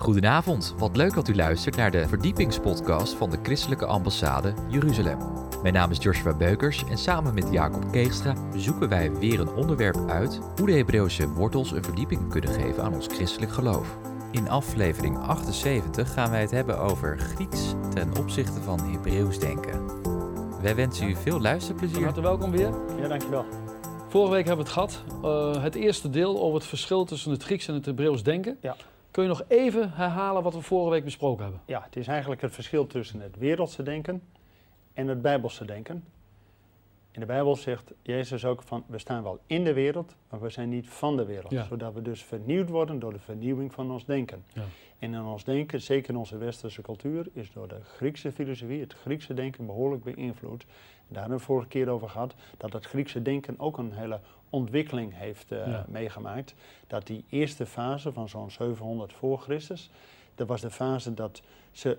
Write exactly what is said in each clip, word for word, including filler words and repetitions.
Goedenavond, wat leuk dat u luistert naar de verdiepingspodcast van de Christelijke Ambassade Jeruzalem. Mijn naam is Joshua Beukers en samen met Jacob Keegstra zoeken wij weer een onderwerp uit hoe de Hebreeuwse wortels een verdieping kunnen geven aan ons christelijk geloof. In aflevering achtenzeventig gaan wij het hebben over Grieks ten opzichte van Hebreeuws denken. Wij wensen u veel luisterplezier. Van harte welkom weer. Ja, dankjewel. Vorige week hebben we het gehad, uh, het eerste deel over het verschil tussen het Grieks en het Hebreeuws denken. Ja. Kun je nog even herhalen wat we vorige week besproken hebben? Ja, het is eigenlijk het verschil tussen het wereldse denken en het bijbelse denken. In de Bijbel zegt Jezus ook van, we staan wel in de wereld, maar we zijn niet van de wereld. Ja. Zodat we dus vernieuwd worden door de vernieuwing van ons denken. Ja. En in ons denken, zeker in onze westerse cultuur, is door de Griekse filosofie, het Griekse denken behoorlijk beïnvloed. En daar hebben we vorige keer over gehad, dat het Griekse denken ook een hele ontwikkeling heeft uh, ja. meegemaakt. Dat die eerste fase van zo'n zevenhonderd voor Christus, dat was de fase dat ze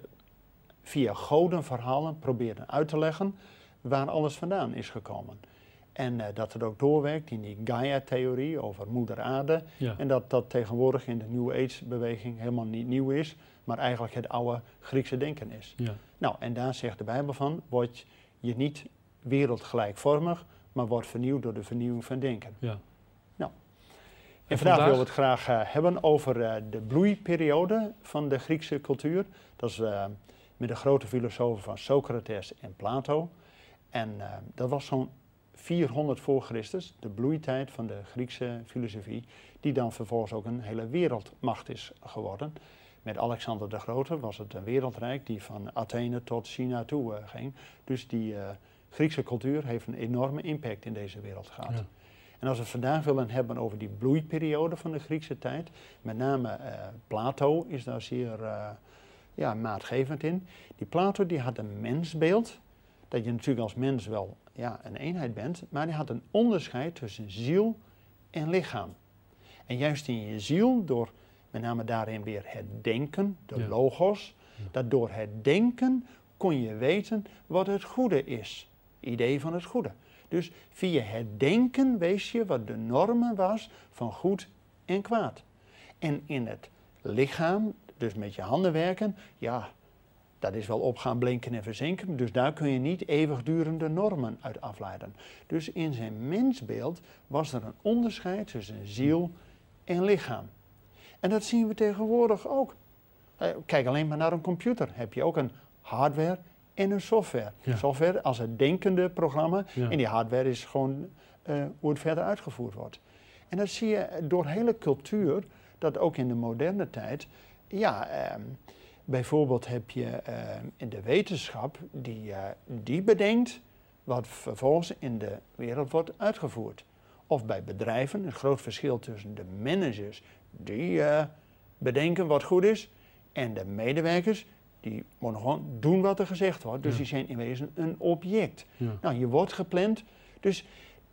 via godenverhalen probeerden uit te leggen waar alles vandaan is gekomen. En uh, dat het ook doorwerkt in die Gaia-theorie over moeder aarde. Ja. En dat dat tegenwoordig in de New Age-beweging helemaal niet nieuw is, maar eigenlijk het oude Griekse denken is. Ja. Nou, en daar zegt de Bijbel van, word je niet wereldgelijkvormig, maar wordt vernieuwd door de vernieuwing van denken. Ja. Nou, en, en vandaag, vandaag willen we het graag uh, hebben over uh, de bloeiperiode van de Griekse cultuur. Dat is uh, met de grote filosofen van Socrates en Plato. En uh, dat was zo'n vierhonderd voor Christus, de bloeitijd van de Griekse filosofie, die dan vervolgens ook een hele wereldmacht is geworden. Met Alexander de Grote was het een wereldrijk die van Athene tot China toe uh, ging. Dus die uh, Griekse cultuur heeft een enorme impact in deze wereld gehad. Ja. En als we het vandaag willen hebben over die bloeiperiode van de Griekse tijd, met name uh, Plato is daar zeer uh, ja, maatgevend in. Die Plato die had een mensbeeld, dat je natuurlijk als mens wel ja, een eenheid bent, maar die had een onderscheid tussen ziel en lichaam. En juist in je ziel, door met name daarin weer het denken, de ja. logos, ja. dat door het denken kon je weten wat het goede is. Idee van het goede. Dus via het denken wees je wat de normen was van goed en kwaad. En in het lichaam, dus met je handen werken, ja, dat is wel opgaan, blinken en verzinken. Dus daar kun je niet eeuwigdurende normen uit afleiden. Dus in zijn mensbeeld was er een onderscheid tussen ziel en lichaam. En dat zien we tegenwoordig ook. Kijk alleen maar naar een computer. Heb je ook een hardware en een software. Ja. Software als het denkende programma. Ja. En die hardware is gewoon uh, hoe het verder uitgevoerd wordt. En dat zie je door hele cultuur, dat ook in de moderne tijd, ja, uh, bijvoorbeeld heb je uh, in de wetenschap die, uh, die bedenkt wat vervolgens in de wereld wordt uitgevoerd. Of bij bedrijven, een groot verschil tussen de managers die uh, bedenken wat goed is en de medewerkers die moeten gewoon doen wat er gezegd wordt. Dus ja. die zijn in wezen een object. Ja. Nou, je wordt gepland, dus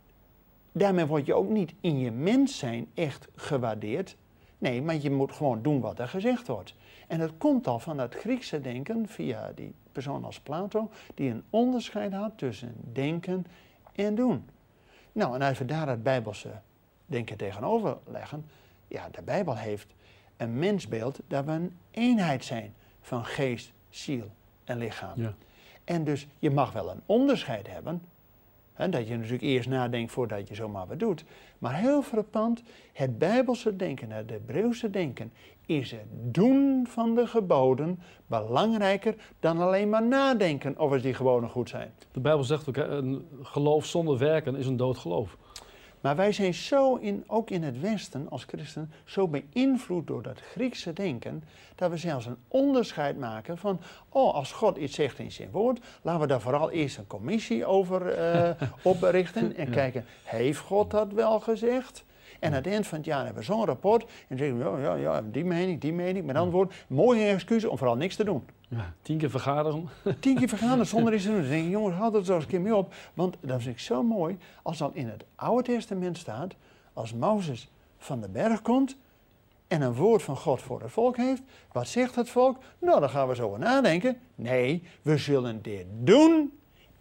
daarmee word je ook niet in je mens zijn echt gewaardeerd. Nee, maar je moet gewoon doen wat er gezegd wordt. En dat komt al van dat Griekse denken via die persoon als Plato, die een onderscheid had tussen denken en doen. Nou, en als we daar het Bijbelse denken tegenover leggen, ja, de Bijbel heeft een mensbeeld dat we een eenheid zijn van geest, ziel en lichaam. Ja. En dus je mag wel een onderscheid hebben, hè, dat je natuurlijk eerst nadenkt voordat je zomaar wat doet. Maar heel frappant, het Bijbelse denken, het Hebreeuwse denken, is het doen van de geboden belangrijker dan alleen maar nadenken of die geboden goed zijn. De Bijbel zegt ook, een geloof zonder werken is een dood geloof. Maar wij zijn zo, in, ook in het Westen als christen, zo beïnvloed door dat Griekse denken, dat we zelfs een onderscheid maken van, oh, als God iets zegt in zijn woord, laten we daar vooral eerst een commissie over uh, oprichten en ja. kijken, heeft God dat wel gezegd? En aan het eind van het jaar hebben we zo'n rapport en dan zeggen we, ja, ja, ja, die mening, die mening, met andere woorden, mooie excuus om vooral niks te doen. Ja, tien keer vergaderen. Tien keer vergaderen zonder iets te doen. Dan denk ik, jongens, houd het zo eens een keer mee op. Want dat vind ik zo mooi, als al in het Oude Testament staat, als Mozes van de berg komt en een woord van God voor het volk heeft, wat zegt het volk? Nou, dan gaan we zo over nadenken. Nee, we zullen dit doen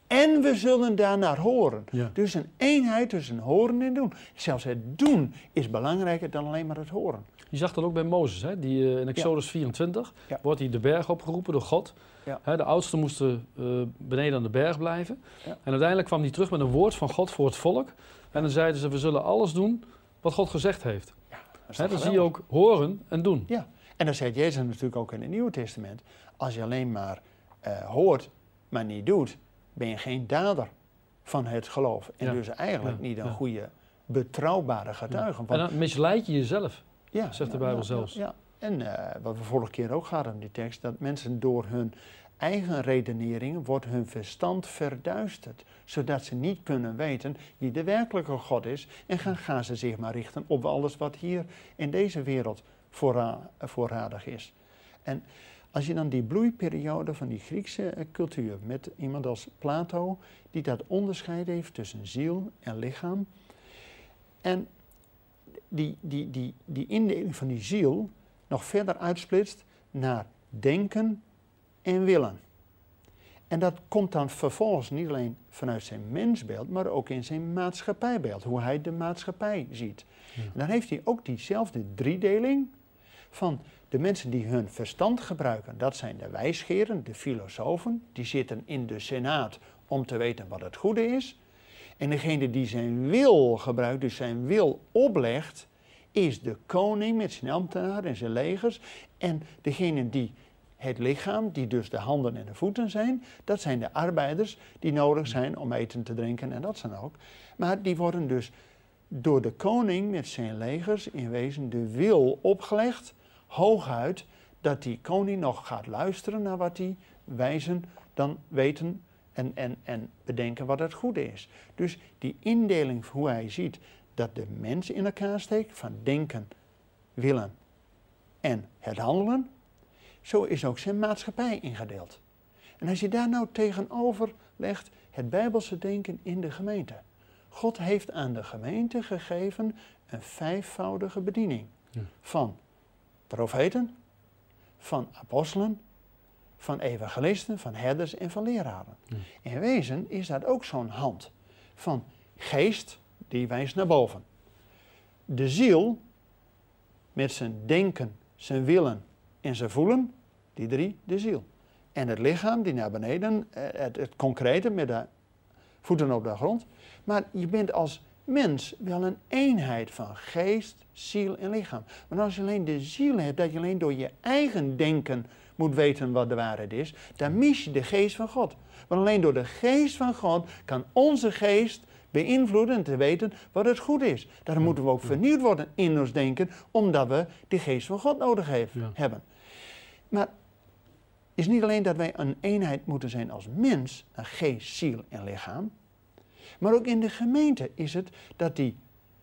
En we zullen daarnaar horen. Ja. Dus een eenheid tussen horen en doen. Zelfs het doen is belangrijker dan alleen maar het horen. Je zag dat ook bij Mozes, hè? Die, uh, in Exodus ja. vierentwintig Ja. wordt hij de berg opgeroepen door God. Ja. Hè, de oudsten moesten uh, beneden aan de berg blijven. Ja. En uiteindelijk kwam hij terug met een woord van God voor het volk. En dan zeiden ze, we zullen alles doen wat God gezegd heeft. Ja, Hè, dan zie je ook horen en doen. Ja, en dan zegt Jezus natuurlijk ook in het Nieuwe Testament. Als je alleen maar uh, hoort, maar niet doet, ben je geen dader van het geloof. En ja. dus eigenlijk ja. niet een ja. goede, betrouwbare getuige. Ja. En dan misleid je jezelf, ja, zegt de ja, Bijbel ja, zelfs. Ja, ja. En uh, wat we vorige keer ook hadden in die tekst, dat mensen door hun eigen redeneringen wordt hun verstand verduisterd. Zodat ze niet kunnen weten wie de werkelijke God is. En gaan, gaan ze zich maar richten op alles wat hier in deze wereld voorra- voorradig is. En als je dan die bloeiperiode van die Griekse uh, cultuur met iemand als Plato, die dat onderscheid heeft tussen ziel en lichaam. En die, die, die, die indeling van die ziel nog verder uitsplitst naar denken en willen. En dat komt dan vervolgens niet alleen vanuit zijn mensbeeld, maar ook in zijn maatschappijbeeld, hoe hij de maatschappij ziet. Ja. En dan heeft hij ook diezelfde driedeling van de mensen die hun verstand gebruiken. Dat zijn de wijsgeren, de filosofen, die zitten in de senaat om te weten wat het goede is. En degene die zijn wil gebruikt, dus zijn wil oplegt, is de koning met zijn ambtenaren en zijn legers. En degene die het lichaam, die dus de handen en de voeten zijn, dat zijn de arbeiders die nodig zijn om eten te drinken en dat dan ook. Maar die worden dus door de koning met zijn legers in wezen de wil opgelegd, hooguit dat die koning nog gaat luisteren naar wat die wijzen dan weten en, en, en bedenken wat het goede is. Dus die indeling hoe hij ziet dat de mens in elkaar steekt van denken, willen en het handelen, zo is ook zijn maatschappij ingedeeld. En als je daar nou tegenover legt het Bijbelse denken in de gemeente. God heeft aan de gemeente gegeven een vijfvoudige bediening. Ja. Van profeten, van apostelen, van evangelisten, van herders en van leraren. Ja. In wezen is dat ook zo'n hand van geest die wijst naar boven. De ziel met zijn denken, zijn willen en zijn voelen, die drie, de ziel. En het lichaam die naar beneden, het, het concrete met de voeten op de grond. Maar je bent als mens wel een eenheid van geest, ziel en lichaam. Maar als je alleen de ziel hebt, dat je alleen door je eigen denken moet weten wat de waarheid is, dan mis je de geest van God. Want alleen door de geest van God kan onze geest beïnvloeden en te weten wat het goed is. Daarom moeten we ook vernieuwd worden in ons denken, omdat we de geest van God nodig heeft, ja. hebben. Maar het is niet alleen dat wij een eenheid moeten zijn als mens, een geest, ziel en lichaam, maar ook in de gemeente is het dat die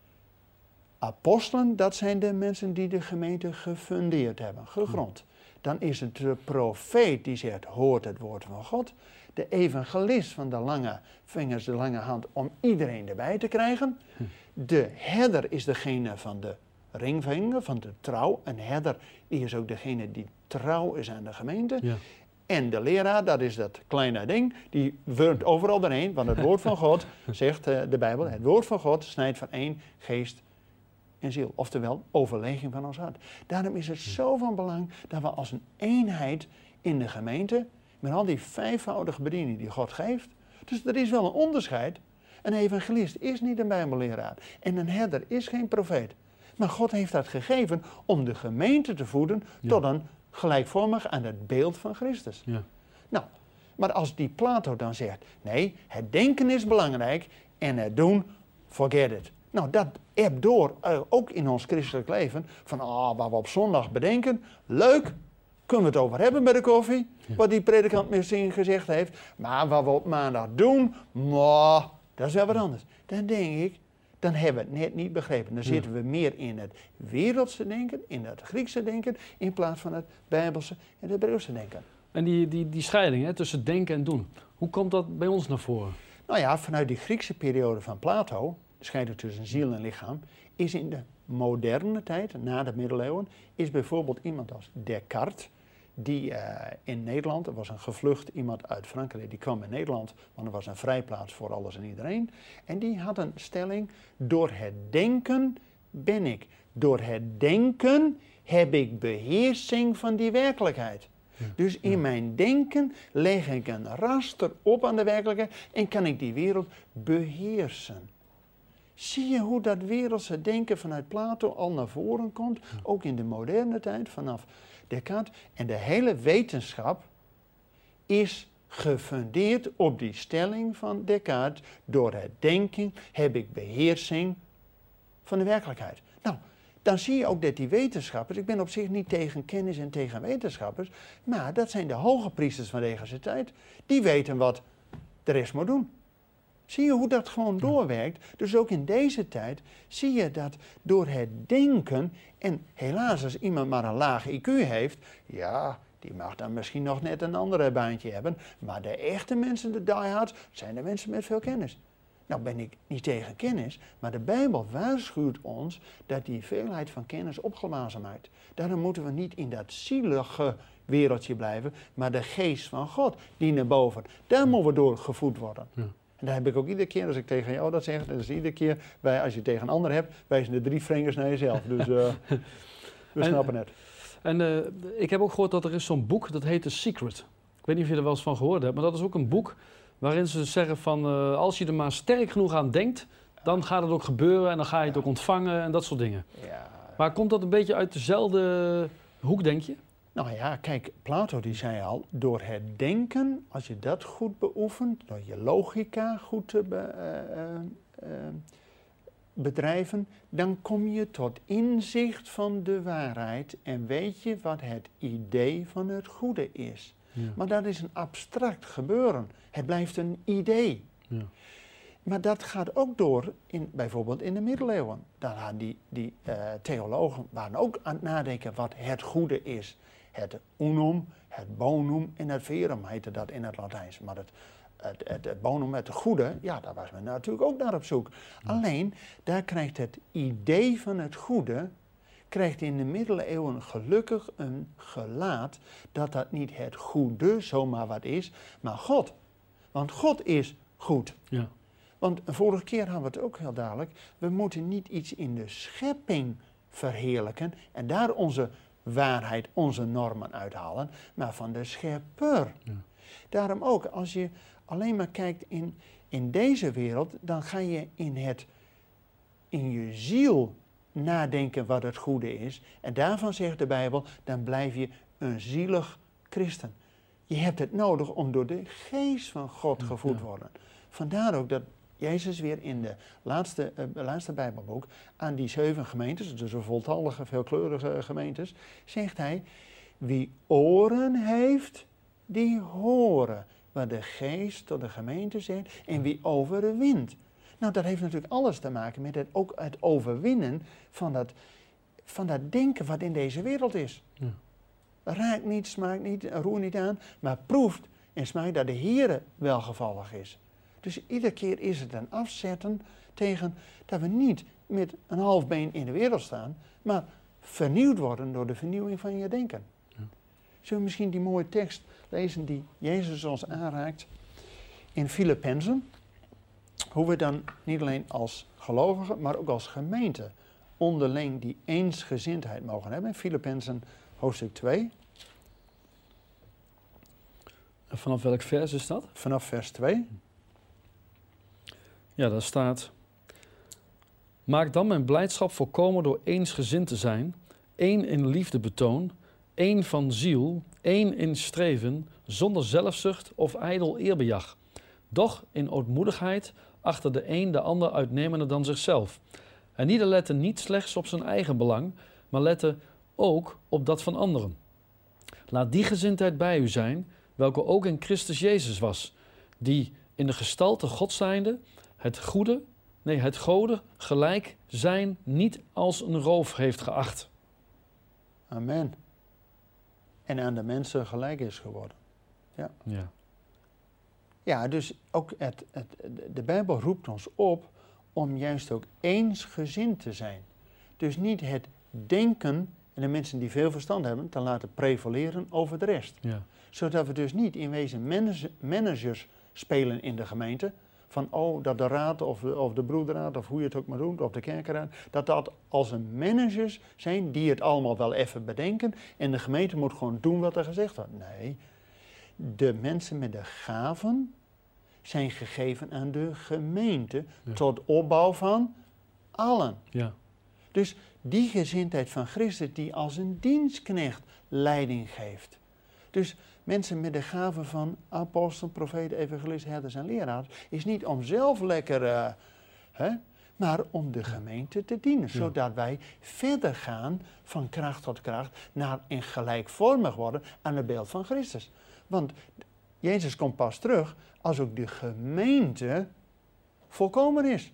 apostelen, dat zijn de mensen die de gemeente gefundeerd hebben, gegrond. Dan is het de profeet die zegt, hoort het woord van God. De evangelist van de lange vingers, de lange hand, om iedereen erbij te krijgen. De herder is degene van de ringvinger, van de trouw. Een herder die is ook degene die trouw is aan de gemeente. Ja. En de leraar, dat is dat kleine ding, die wordt overal doorheen. Want het woord van God, zegt uh, de Bijbel, het woord van God snijdt van één geest en ziel. Oftewel, overleging van ons hart. Daarom is het zo van belang dat we als een eenheid in de gemeente, met al die vijfvoudige bedieningen die God geeft. Dus er is wel een onderscheid. Een evangelist is niet een bijbelleraar. En een herder is geen profeet. Maar God heeft dat gegeven om de gemeente te voeden, ja, tot een gelijkvormig aan het beeld van Christus. Ja. Nou, maar als die Plato dan zegt, nee, het denken is belangrijk en het doen, forget it. Nou, dat ebt door, uh, ook in ons christelijk leven, van ah, wat we op zondag bedenken, leuk, kunnen we het over hebben bij de koffie, ja, wat die predikant misschien gezegd heeft, maar wat we op maandag doen, mwah, dat is wel wat anders. Dan denk ik, dan hebben we het net niet begrepen. Dan zitten we meer in het wereldse denken, in het Griekse denken, in plaats van het Bijbelse en het Hebreeuwse denken. En die, die, die scheiding hè, tussen denken en doen, hoe komt dat bij ons naar voren? Nou ja, vanuit die Griekse periode van Plato, de scheiding tussen ziel en lichaam, is in de moderne tijd, na de middeleeuwen, is bijvoorbeeld iemand als Descartes, die uh, in Nederland, er was een gevlucht iemand uit Frankrijk, die kwam in Nederland, want er was een vrijplaats voor alles en iedereen. En die had een stelling, door het denken ben ik. Door het denken heb ik beheersing van die werkelijkheid. Ja, dus in ja. mijn denken leg ik een raster op aan de werkelijkheid en kan ik die wereld beheersen. Zie je hoe dat wereldse denken vanuit Plato al naar voren komt, ja. ook in de moderne tijd, vanaf Descartes. En de hele wetenschap is gefundeerd op die stelling van Descartes. Door het denken heb ik beheersing van de werkelijkheid. Nou, dan zie je ook dat die wetenschappers, ik ben op zich niet tegen kennis en tegen wetenschappers, maar dat zijn de hoge priesters van deze tijd, die weten wat de rest moet doen. Zie je hoe dat gewoon doorwerkt? Dus ook in deze tijd zie je dat door het denken, en helaas als iemand maar een laag I Q heeft, ja, die mag dan misschien nog net een ander baantje hebben, maar de echte mensen, de diehards, zijn de mensen met veel kennis. Nou ben ik niet tegen kennis, maar de Bijbel waarschuwt ons dat die veelheid van kennis opgeblazen maakt. Daarom moeten we niet in dat zielige wereldje blijven, maar de geest van God, die naar boven. Daar moeten we door gevoed worden. Ja. En daar heb ik ook iedere keer, als ik tegen jou dat zeg, dat is iedere keer, wij, als je tegen een ander hebt, wijzen de drie vingers naar jezelf. Dus uh, we snappen het. En uh, ik heb ook gehoord dat er is zo'n boek, dat heet The Secret. Ik weet niet of je er wel eens van gehoord hebt, maar dat is ook een boek waarin ze zeggen van, uh, als je er maar sterk genoeg aan denkt, dan gaat het ook gebeuren en dan ga je het ja. ook ontvangen en dat soort dingen. Ja. Maar komt dat een beetje uit dezelfde hoek, denk je? Nou ja, kijk, Plato die zei al, door het denken, als je dat goed beoefent, door je logica goed te be, uh, uh, uh, bedrijven, dan kom je tot inzicht van de waarheid en weet je wat het idee van het goede is. Ja. Maar dat is een abstract gebeuren. Het blijft een idee. Ja. Maar dat gaat ook door, in, bijvoorbeeld in de middeleeuwen. Daar hadden die, die uh, theologen waren ook aan het nadenken wat het goede is. Het unum, het bonum en het verum heette dat in het Latijns. Maar het, het, het, het bonum, het goede, ja, daar was men natuurlijk ook naar op zoek. Ja. Alleen, daar krijgt het idee van het goede, krijgt in de middeleeuwen gelukkig een gelaat dat dat niet het goede zomaar wat is, maar God. Want God is goed. Ja. Want vorige keer hadden we het ook heel duidelijk, we moeten niet iets in de schepping verheerlijken en daar onze waarheid, onze normen uithalen, maar van de schepper. Ja. Daarom ook, als je alleen maar kijkt in, in deze wereld, dan ga je in, het, in je ziel nadenken wat het goede is. En daarvan zegt de Bijbel, dan blijf je een zielig christen. Je hebt het nodig om door de geest van God gevoed te ja. worden. Vandaar ook dat Jezus weer in de laatste, uh, laatste Bijbelboek aan die zeven gemeentes, dus een voltallige, veelkleurige gemeentes, zegt hij, wie oren heeft, die horen wat de geest tot de gemeente zegt en wie overwint. Nou, dat heeft natuurlijk alles te maken met het, ook het overwinnen van dat, van dat denken wat in deze wereld is. Ja. Raakt niet, smaakt niet, roer niet aan, maar proeft en smaakt dat de Heere welgevallig is. Dus iedere keer is het een afzetten tegen dat we niet met een half been in de wereld staan, maar vernieuwd worden door de vernieuwing van je denken. Ja. Zullen we misschien die mooie tekst lezen die Jezus ons aanraakt in Filippenzen? Hoe we dan niet alleen als gelovigen, maar ook als gemeente onderling die eensgezindheid mogen hebben. Filippenzen hoofdstuk twee. En vanaf welk vers is dat? Vanaf vers twee. Ja, daar staat: maak dan mijn blijdschap volkomen door eensgezind te zijn, één in liefde betoon, één van ziel, één in streven, zonder zelfzucht of ijdel eerbejag. Doch in ootmoedigheid achter de een de ander uitnemender dan zichzelf. En ieder lette niet slechts op zijn eigen belang, maar lette ook op dat van anderen. Laat die gezindheid bij u zijn, welke ook in Christus Jezus was, die in de gestalte God zijnde het goede, nee, het gode gelijk zijn niet als een roof heeft geacht. Amen. En aan de mensen gelijk is geworden. Ja. Ja. Ja, dus ook het, het, de Bijbel roept ons op om juist ook eensgezind te zijn. Dus niet het denken En de mensen die veel verstand hebben, te laten prevaleren over de rest. Ja. Zodat we dus niet in wezen manage- managers spelen in de gemeente. Van oh, dat de raad of de, of de broederraad of hoe je het ook maar doet, of de kerkenraad. Dat dat als een managers zijn die het allemaal wel even bedenken. En de gemeente moet gewoon doen wat er gezegd wordt. Nee, de mensen met de gaven zijn gegeven aan de gemeente. Ja. Tot opbouw van allen. Ja. Dus die gezindheid van Christus die als een dienstknecht leiding geeft. Dus mensen met de gaven van apostel, profeet, evangelist, herders en leraars is niet om zelf lekker, uh, hè, maar om de gemeente te dienen. Ja. Zodat wij verder gaan van kracht tot kracht naar en gelijkvormig worden aan het beeld van Christus. Want Jezus komt pas terug als ook de gemeente volkomen is.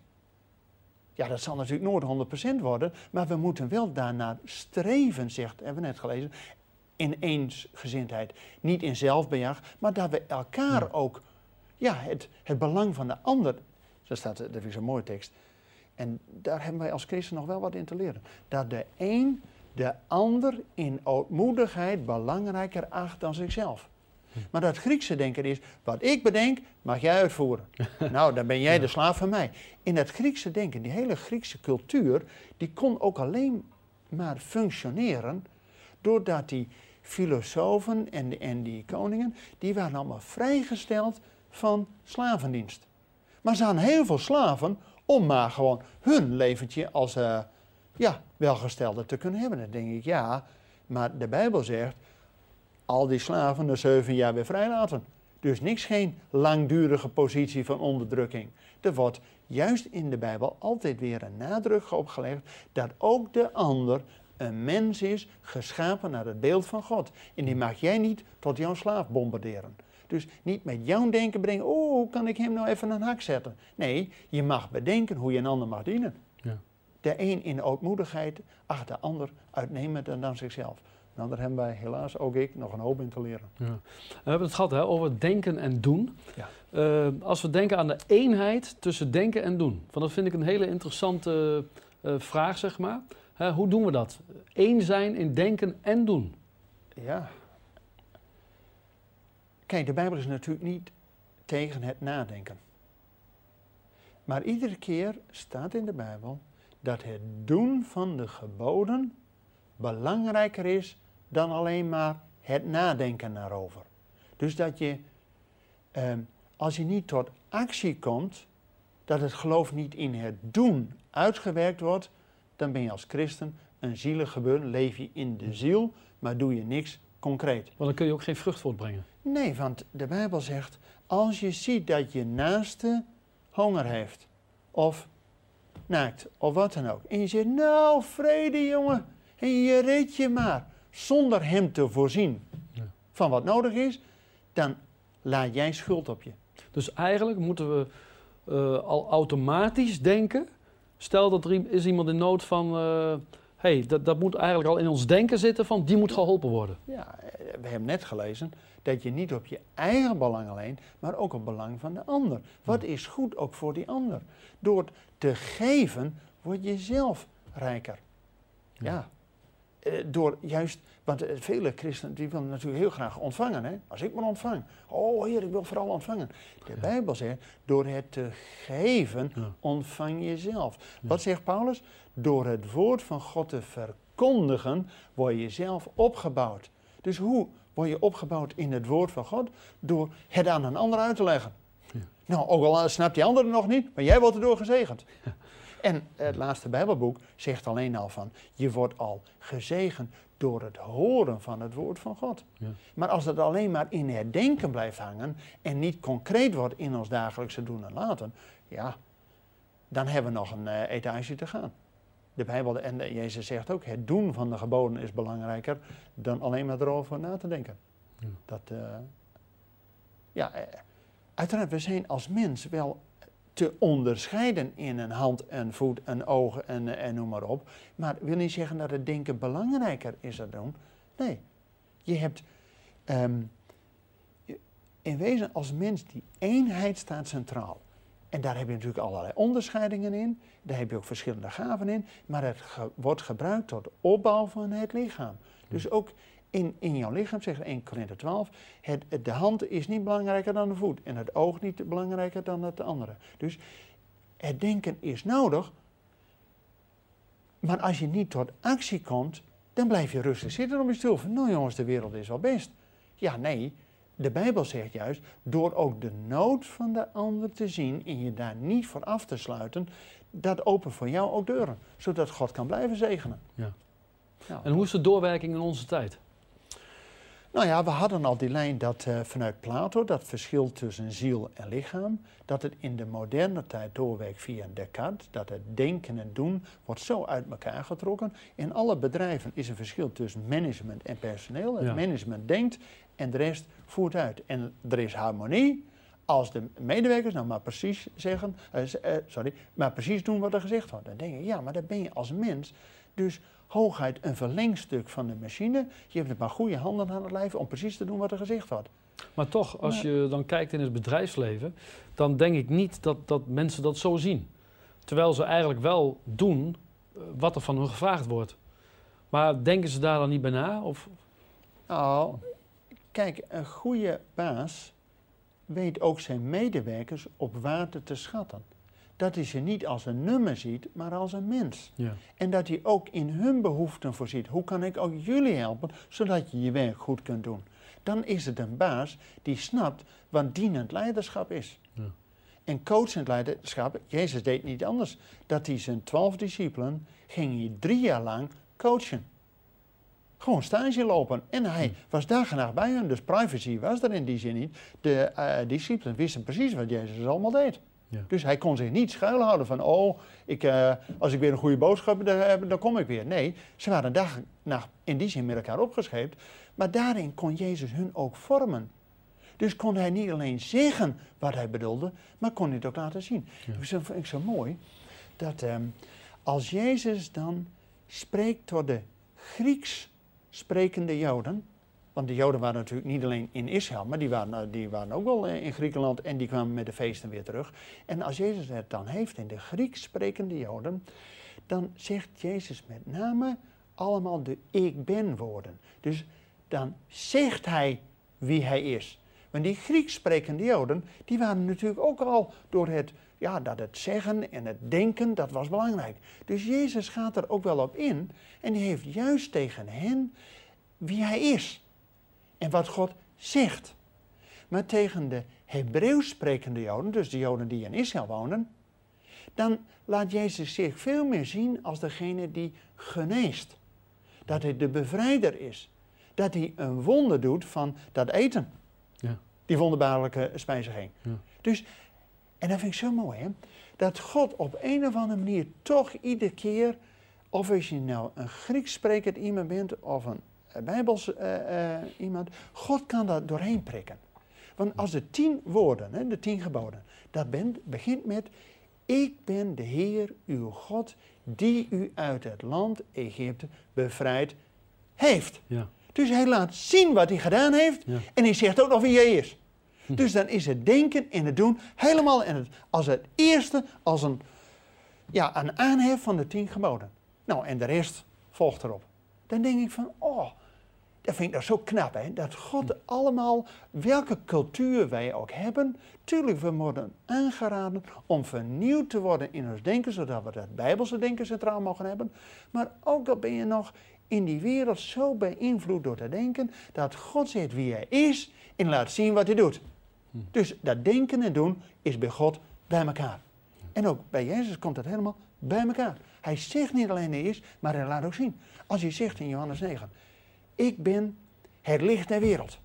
Ja, dat zal natuurlijk nooit honderd procent worden, maar we moeten wel daarnaar streven, zegt, hebben we net gelezen, in eensgezindheid. Niet in zelfbejag, maar dat we elkaar ja. ook, ja, het, het belang van de ander, zo staat, dat vind ik zo'n mooie tekst, en daar hebben wij als christen nog wel wat in te leren. Dat de een de ander in ootmoedigheid belangrijker acht dan zichzelf. Maar dat Griekse denken is, wat ik bedenk, mag jij uitvoeren. Nou, dan ben jij ja. de slaaf van mij. In dat Griekse denken, die hele Griekse cultuur, die kon ook alleen maar functioneren doordat die filosofen en, en die koningen, die waren allemaal vrijgesteld van slavendienst. Maar ze hadden heel veel slaven om maar gewoon hun leventje als uh, ja, welgestelde te kunnen hebben. Dan denk ik, ja, maar de Bijbel zegt, al die slaven na zeven jaar weer vrijlaten. Dus niks, geen langdurige positie van onderdrukking. Er wordt juist in de Bijbel altijd weer een nadruk opgelegd dat ook de ander een mens is, geschapen naar het beeld van God. En die mag jij niet tot jouw slaaf bombarderen. Dus niet met jouw denken brengen, oh, hoe kan ik hem nou even een hak zetten? Nee, je mag bedenken hoe je een ander mag dienen. Ja. De een in ootmoedigheid, ach, de ander uitnemender dan zichzelf. Nou, daar hebben wij helaas, ook ik, nog een hoop in te leren. Ja. We hebben het gehad hè, over denken en doen. Ja. Uh, als we denken aan de eenheid tussen denken en doen. Van dat vind ik een hele interessante uh, vraag, zeg maar. Uh, hoe doen we dat? Eén zijn in denken en doen. Ja. Kijk, de Bijbel is natuurlijk niet tegen het nadenken. Maar iedere keer staat in de Bijbel dat het doen van de geboden belangrijker is dan alleen maar het nadenken daarover. Dus dat je, eh, als je niet tot actie komt, dat het geloof niet in het doen uitgewerkt wordt, dan ben je als christen een zielig gebeuren, leef je in de ziel, maar doe je niks concreet. Want dan kun je ook geen vrucht voortbrengen. Nee, want de Bijbel zegt, als je ziet dat je naaste honger heeft, of naakt, of wat dan ook, en je zegt, nou vrede jongen, en je redt je maar, zonder hem te voorzien ja. van wat nodig is, dan laat jij schuld op je. Dus eigenlijk moeten we uh, al automatisch denken, stel dat er is iemand in nood van, uh, hey, dat, dat moet eigenlijk al in ons denken zitten van, die moet geholpen worden. Ja, we hebben net gelezen dat je niet op je eigen belang alleen, maar ook op het belang van de ander. Wat ja. is goed ook voor die ander? Door te geven, word je zelf rijker. Ja. ja. Door juist, want vele christenen die willen natuurlijk heel graag ontvangen. Hè? Als ik maar ontvang. Oh Heer, ik wil vooral ontvangen. De ja. Bijbel zegt, door het te geven, ja. ontvang je zelf. Ja. Wat zegt Paulus? Door het woord van God te verkondigen, word je zelf opgebouwd. Dus hoe word je opgebouwd in het woord van God? Door het aan een ander uit te leggen. Ja. Nou, ook al snapt die ander het nog niet, maar jij wordt erdoor gezegend. Ja. En het laatste Bijbelboek zegt alleen al van, je wordt al gezegend door het horen van het woord van God. Ja. Maar als het alleen maar in het denken blijft hangen en niet concreet wordt in ons dagelijkse doen en laten, ja, dan hebben we nog een uh, etage te gaan. De Bijbel en de, Jezus zegt ook, het doen van de geboden is belangrijker dan alleen maar erover na te denken. Ja. Dat, uh, ja, uh, uiteraard, we zijn als mens wel te onderscheiden in een hand, een voet, een oog en, en noem maar op. Maar wil niet zeggen dat het denken belangrijker is dan doen. Nee, je hebt um, in wezen als mens die eenheid staat centraal. En daar heb je natuurlijk allerlei onderscheidingen in. Daar heb je ook verschillende gaven in. Maar het ge- wordt gebruikt tot opbouw van het lichaam. Dus ook in, in jouw lichaam, zegt Eerste Korinthe twaalf, het, het, de hand is niet belangrijker dan de voet. En het oog niet belangrijker dan het andere. Dus het denken is nodig. Maar als je niet tot actie komt, dan blijf je rustig zitten op je stoel. Van, nou jongens, de wereld is wel best. Ja, nee. De Bijbel zegt juist, door ook de nood van de ander te zien en je daar niet voor af te sluiten, dat opent voor jou ook deuren, zodat God kan blijven zegenen. Ja. Nou, En hoe is de doorwerking in onze tijd? nou ja, we hadden al die lijn dat uh, vanuit Plato, dat verschil tussen ziel en lichaam, dat het in de moderne tijd doorwerkt via Descartes, dat het denken en doen wordt zo uit elkaar getrokken. In alle bedrijven is een verschil tussen management en personeel. Het Ja. management denkt en de rest voert uit. En er is harmonie als de medewerkers nou maar precies zeggen, uh, uh, sorry, maar precies doen wat er gezegd wordt. Dan denk je, ja, maar dan ben je als mens dus hooguit een verlengstuk van de machine. Je hebt maar goede handen aan het lijf om precies te doen wat er gezegd wordt. Maar toch, als je dan kijkt in het bedrijfsleven, dan denk ik niet dat, dat mensen dat zo zien. Terwijl ze eigenlijk wel doen uh, wat er van hun gevraagd wordt. Maar denken ze daar dan niet bij na? Of? Nou, kijk, een goede baas weet ook zijn medewerkers op waarde te schatten. Dat hij ze niet als een nummer ziet, maar als een mens. Ja. En dat hij ook in hun behoeften voorziet. Hoe kan ik ook jullie helpen, zodat je je werk goed kunt doen? Dan is het een baas die snapt wat dienend leiderschap is. Ja. En coachend leiderschap, Jezus deed niet anders. Dat hij zijn twaalf discipelen ging hij drie jaar lang coachen. Gewoon stage lopen. En hij Hm. was dag en nacht bij hen, dus privacy was er in die zin niet. De uh, discipelen wisten precies wat Jezus allemaal deed. Ja. Dus hij kon zich niet schuilhouden van, oh, ik, uh, als ik weer een goede boodschap heb, dan kom ik weer. Nee, ze waren dag en nacht in die zin met elkaar opgescheept. Maar daarin kon Jezus hun ook vormen. Dus kon hij niet alleen zeggen wat hij bedoelde, maar kon hij het ook laten zien. Ja. Dus dat vind ik zo mooi, dat um, als Jezus dan spreekt tot de Grieks sprekende Joden, want de Joden waren natuurlijk niet alleen in Israël, maar die waren, die waren ook wel in Griekenland en die kwamen met de feesten weer terug. En als Jezus het dan heeft in de Grieks sprekende Joden, dan zegt Jezus met name allemaal de ik ben woorden. Dus dan zegt hij wie hij is. Want die Grieks sprekende Joden, die waren natuurlijk ook al door het, ja, dat het zeggen en het denken, dat was belangrijk. Dus Jezus gaat er ook wel op in en die heeft juist tegen hen wie hij is. En wat God zegt. Maar tegen de Hebreeuws sprekende Joden, dus de Joden die in Israël wonen, dan laat Jezus zich veel meer zien als degene die geneest. Dat hij de bevrijder is. Dat hij een wonder doet van dat eten. Ja. Die wonderbaarlijke spijziging. Ja. Dus, en dat vind ik zo mooi, hè? Dat God op een of andere manier toch iedere keer, of als je nou een Grieks sprekend iemand bent of een Bijbels uh, uh, iemand, God kan daar doorheen prikken. Want als de tien woorden, hè, de tien geboden, dat ben, begint met, ik ben de Heer, uw God, die u uit het land Egypte bevrijd heeft. Ja. Dus hij laat zien wat hij gedaan heeft Ja. en hij zegt ook nog wie hij is. Hm. Dus dan is het denken en het doen helemaal en het, als het eerste, als een, ja, een aanhef van de tien geboden. Nou, en de rest volgt erop. Dan denk ik van, oh, dat vind ik nou zo knap, hè? Dat God allemaal, welke cultuur wij ook hebben, tuurlijk, we worden aangeraden om vernieuwd te worden in ons denken, zodat we dat Bijbelse denken centraal mogen hebben. Maar ook al ben je nog in die wereld zo beïnvloed door te denken, dat God zegt wie hij is en laat zien wat hij doet. Hm. Dus dat denken en doen is bij God bij elkaar. En ook bij Jezus komt dat helemaal bij elkaar. Hij zegt niet alleen hij is, maar hij laat ook zien. Als hij zegt in Johannes negen, ik ben het licht der wereld.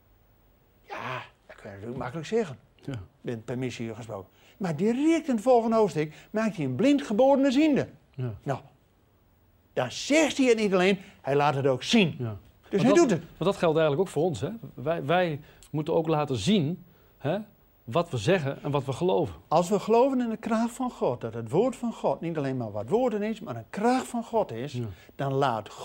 Ja, dat kun je natuurlijk makkelijk zeggen. Ja. Met permissie gesproken. Maar direct in het volgende hoofdstuk maakt hij een blind geborene ziende. Ja. Nou, dan zegt hij het niet alleen, hij laat het ook zien. Ja. Dus maar hij dat, doet het. Maar dat geldt eigenlijk ook voor ons. Hè? Wij, wij moeten ook laten zien, hè, wat we zeggen en wat we geloven. Als we geloven in de kracht van God, dat het woord van God niet alleen maar wat woorden is, maar een kracht van God is, Ja. dan laat God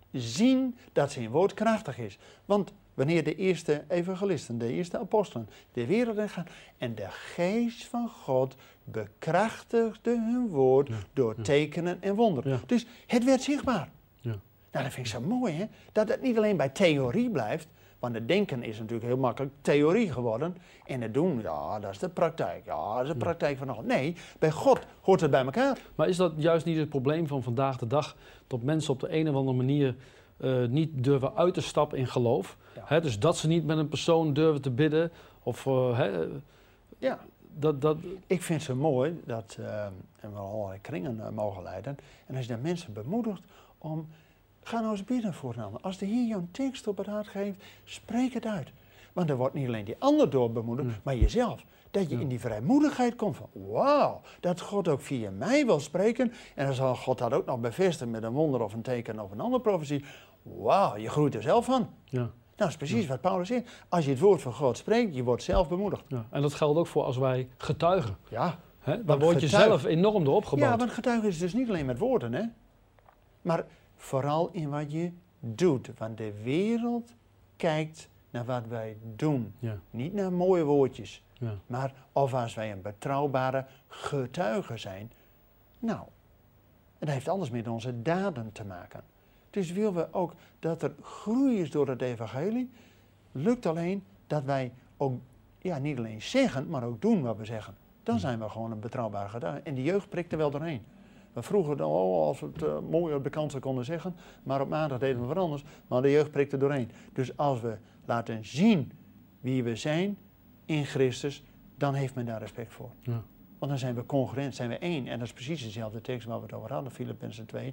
zien dat zijn woord krachtig is. Want wanneer de eerste evangelisten, de eerste apostelen, de wereld in gaan en de geest van God bekrachtigde hun woord Ja, door ja. tekenen en wonderen. Ja. Dus het werd zichtbaar. Ja. Nou, dat vind ik zo mooi, hè? Dat het niet alleen bij theorie blijft, want het denken is natuurlijk heel makkelijk theorie geworden. En het doen, ja, dat is de praktijk. Ja, dat is de praktijk van God. Nee, bij God hoort het bij elkaar. Maar is dat juist niet het probleem van vandaag de dag? Dat mensen op de een of andere manier uh, niet durven uit te stappen in geloof. Ja. Hè, dus dat ze niet met een persoon durven te bidden. Of, uh, hè, Ja. dat, dat... Ik vind het zo mooi dat uh, en we allerlei kringen uh, mogen leiden. En als je dan mensen bemoedigt om, ga nou eens bidden voor een ander. Als de Heer jou een tekst op het hart geeft, spreek het uit. Want er wordt niet alleen die ander door bemoedigd, Ja. maar jezelf. Dat je Ja. in die vrijmoedigheid komt van, wauw, dat God ook via mij wil spreken. En dan zal God dat ook nog bevestigen met een wonder of een teken of een andere profetie. Wauw, je groeit er zelf van. Ja. Nou, dat is precies wat Paulus zegt. Als je het woord van God spreekt, je wordt zelf bemoedigd. Ja. En dat geldt ook voor als wij getuigen. Ja. Hè? Dan Want word je getuig- zelf enorm door opgebouwd. Ja, want getuigen is dus niet alleen met woorden, hè. Maar vooral in wat je doet. Want de wereld kijkt naar wat wij doen. Ja. Niet naar mooie woordjes. Ja. Maar of als wij een betrouwbare getuige zijn. Nou, en dat heeft alles met onze daden te maken. Dus willen we ook dat er groei is door het evangelie. Lukt alleen dat wij ook ja, niet alleen zeggen, maar ook doen wat we zeggen. Dan zijn we gewoon een betrouwbare getuige. En die jeugd prikt er wel doorheen. We vroegen dan, oh, als we het uh, mooi op de kansen konden zeggen, maar op maandag deden we wat anders. Maar de jeugd prikt er doorheen. Dus als we laten zien wie we zijn in Christus, dan heeft men daar respect voor. Ja. Want dan zijn we congruent, zijn we één. En dat is precies dezelfde tekst waar we het over hadden, Filippenzen twee.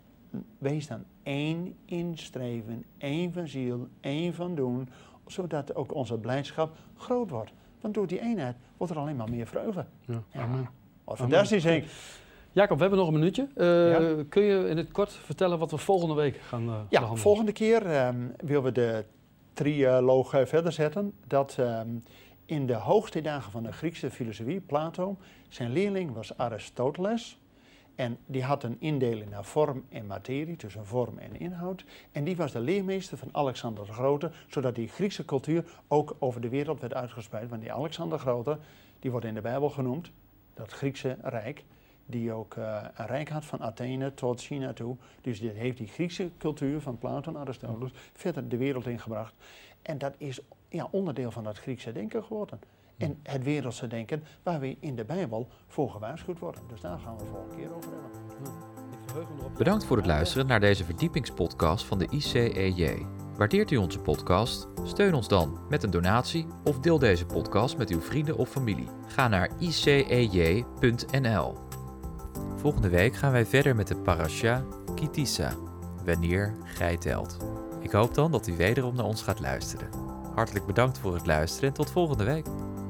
Wees dan één in streven, één van ziel, één van doen, zodat ook onze blijdschap groot wordt. Want door die eenheid wordt er alleen maar meer vreugde. Ja. Ja, Amen. wat fantastisch, Henk. Jacob, we hebben nog een minuutje. Uh, Ja. Kun je in het kort vertellen wat we volgende week gaan uh, Ja, behandelen? volgende keer um, willen we de trialoog uh, verder zetten. Dat um, in de hoogste dagen van de Griekse filosofie, Plato, zijn leerling was Aristoteles. En die had een indeling naar vorm en materie, tussen vorm en inhoud. En die was de leermeester van Alexander de Grote, zodat die Griekse cultuur ook over de wereld werd uitgespreid. Want die Alexander de Grote, die wordt in de Bijbel genoemd, dat Griekse rijk, die ook uh, een rijk had van Athene tot China toe. Dus dit heeft die Griekse cultuur van Plato en Aristoteles verder de wereld ingebracht. En dat is ja, onderdeel van dat Griekse denken geworden. En het wereldse denken waar we in de Bijbel voor gewaarschuwd worden. Dus daar gaan we de volgende keer over hebben. Ja, ik verheug me erop. Bedankt voor het luisteren naar deze verdiepingspodcast van de I C E J. Waardeert u onze podcast? Steun ons dan met een donatie of deel deze podcast met uw vrienden of familie. Ga naar i c e j punt n l. Volgende week gaan wij verder met de parasha Kitissa, wanneer gij telt. Ik hoop dan dat u wederom naar ons gaat luisteren. Hartelijk bedankt voor het luisteren en tot volgende week.